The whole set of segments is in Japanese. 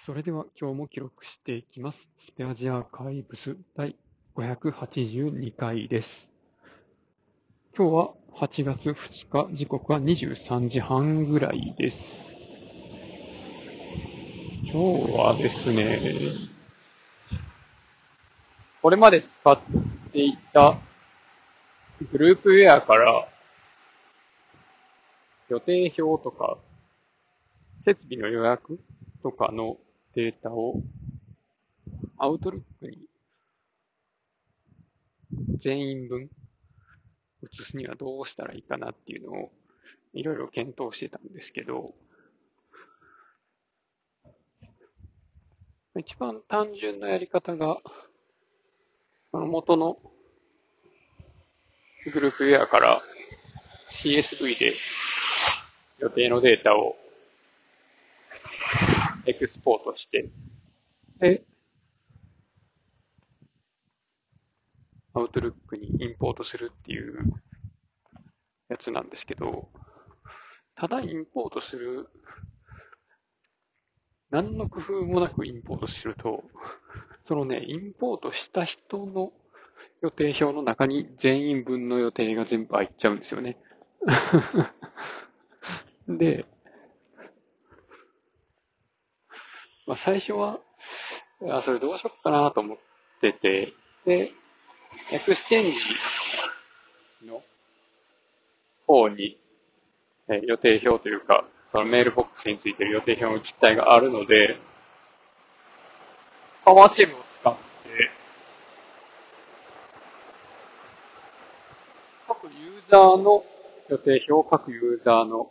それでは今日も記録していきます。スペアジアーカイブス第582回です。今日は8月2日、時刻は23時半ぐらいです。今日はですね、これまで使っていたグループウェアから予定表とか設備の予約とかのデータをアウトルックに全員分移すにはどうしたらいいかなっていうのをいろいろ検討してたんですけど、一番単純なやり方が、元のグループウェアから CSV で予定のデータをエクスポートして、で、アウトルックにインポートするっていうやつなんですけど、ただインポートする、何の工夫もなくインポートすると、そのね、インポートした人の予定表の中に全員分の予定が全部入っちゃうんですよね。で、最初は、それどうしよっかなと思ってて、で、エクスチェンジの方に、予定表というか、そのメールボックスについている予定表の実態があるので、パワーシェルを使って、各ユーザーの予定表、各ユーザーの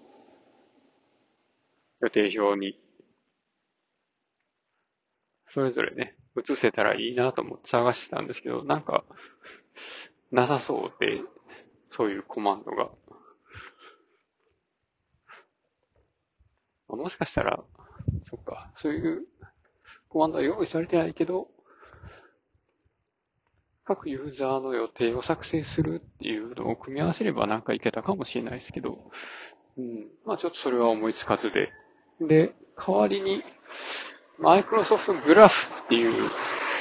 予定表に、それぞれね、移せたらいいなと思って探してたんですけど、なんか、なさそうで、そういうコマンドが。もしかしたら、そっか、そういうコマンドは用意されてないけど、各ユーザーの予定を作成するっていうのを組み合わせればなんかいけたかもしれないですけど、ちょっとそれは思いつかずで。で、代わりに、マイクロソフトグラフっていう、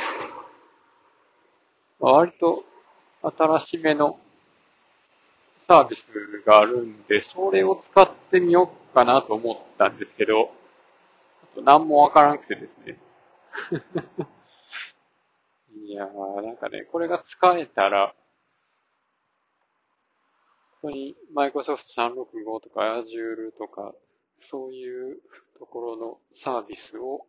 割と新しめのサービスがあるんで、それを使ってみようかなと思ったんですけど、何もわからなくてですね。いやー、なんかね、これが使えたら、ここにマイクロソフト365とか Azure とか、そういうところのサービスを、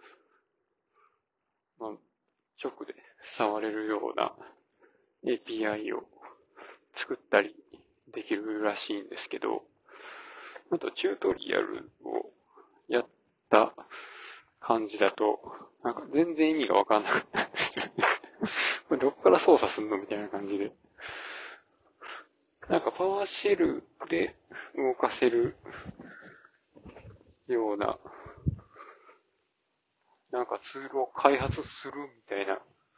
直で触れるような API を作ったりできるらしいんですけど、あとチュートリアルをやった感じだと、なんか全然意味がわかんなかったんですよね。これどっから操作すんのみたいな感じで。なんかパワーシェルで動かせるような、なんかツールを開発するみたいな。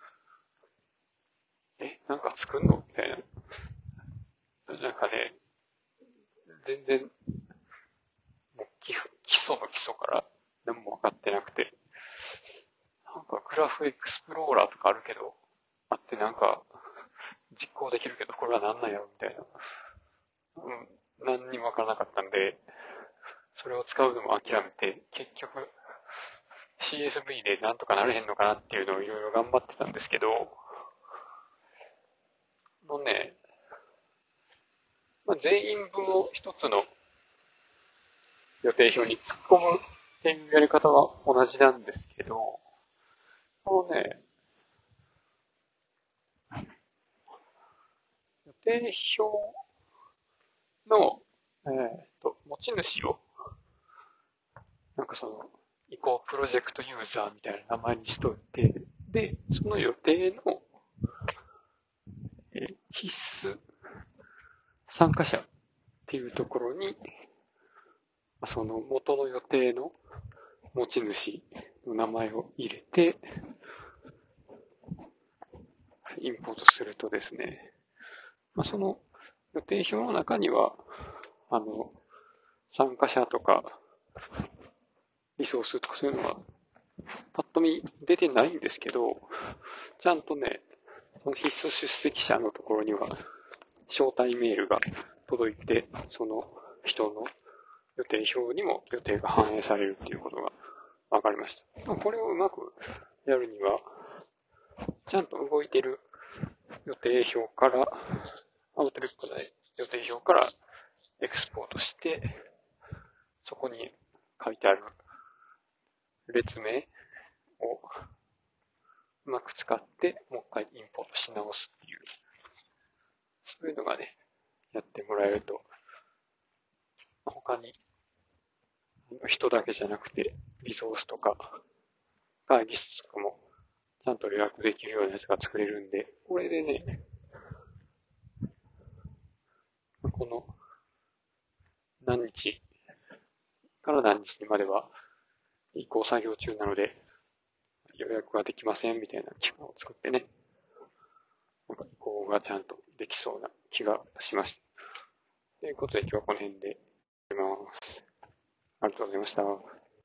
なんか作んのみたいな。なんかね、全然、もう基礎の基礎から何も分かってなくて。なんかグラフエクスプローラーとかあるけど、あってなんか実行できるけどこれは何なんやろみたいな。何にも分からなかったんで、それを使うのも諦めて、結局 CSV でなんとかなれへんのかなっていうのをいろいろ頑張ってたんですけど、もうね、全員分を一つの予定表に突っ込むっていうやり方は同じなんですけど、このね、予定表の、持ち主を、なんかその、移行プロジェクトユーザーみたいな名前にしといて、で、その予定の、必須参加者っていうところに、その元の予定の持ち主の名前を入れて、インポートするとですね、その予定表の中には、参加者とか、リソースとかそういうのがパッと見出てないんですけど、ちゃんとね、その必須出席者のところには、招待メールが届いて、その人の予定表にも予定が反映されるっていうことが分かりました。これをうまくやるには、ちゃんと動いてる予定表から、アウトルックの予定表からエクスポートして、そこに書いてある列名をうまく使って、もう一回インポートし直すっていう、そういうのがね、やってもらえると、他に人だけじゃなくて、リソースとか、会議室とかも、ちゃんと予約できるようなやつが作れるんで、これでね、この何日から何日までは移行作業中なので予約ができませんみたいな機能を作ってね、なんか移行がちゃんとできそうな気がしました。ということで今日はこの辺で終わります。ありがとうございました。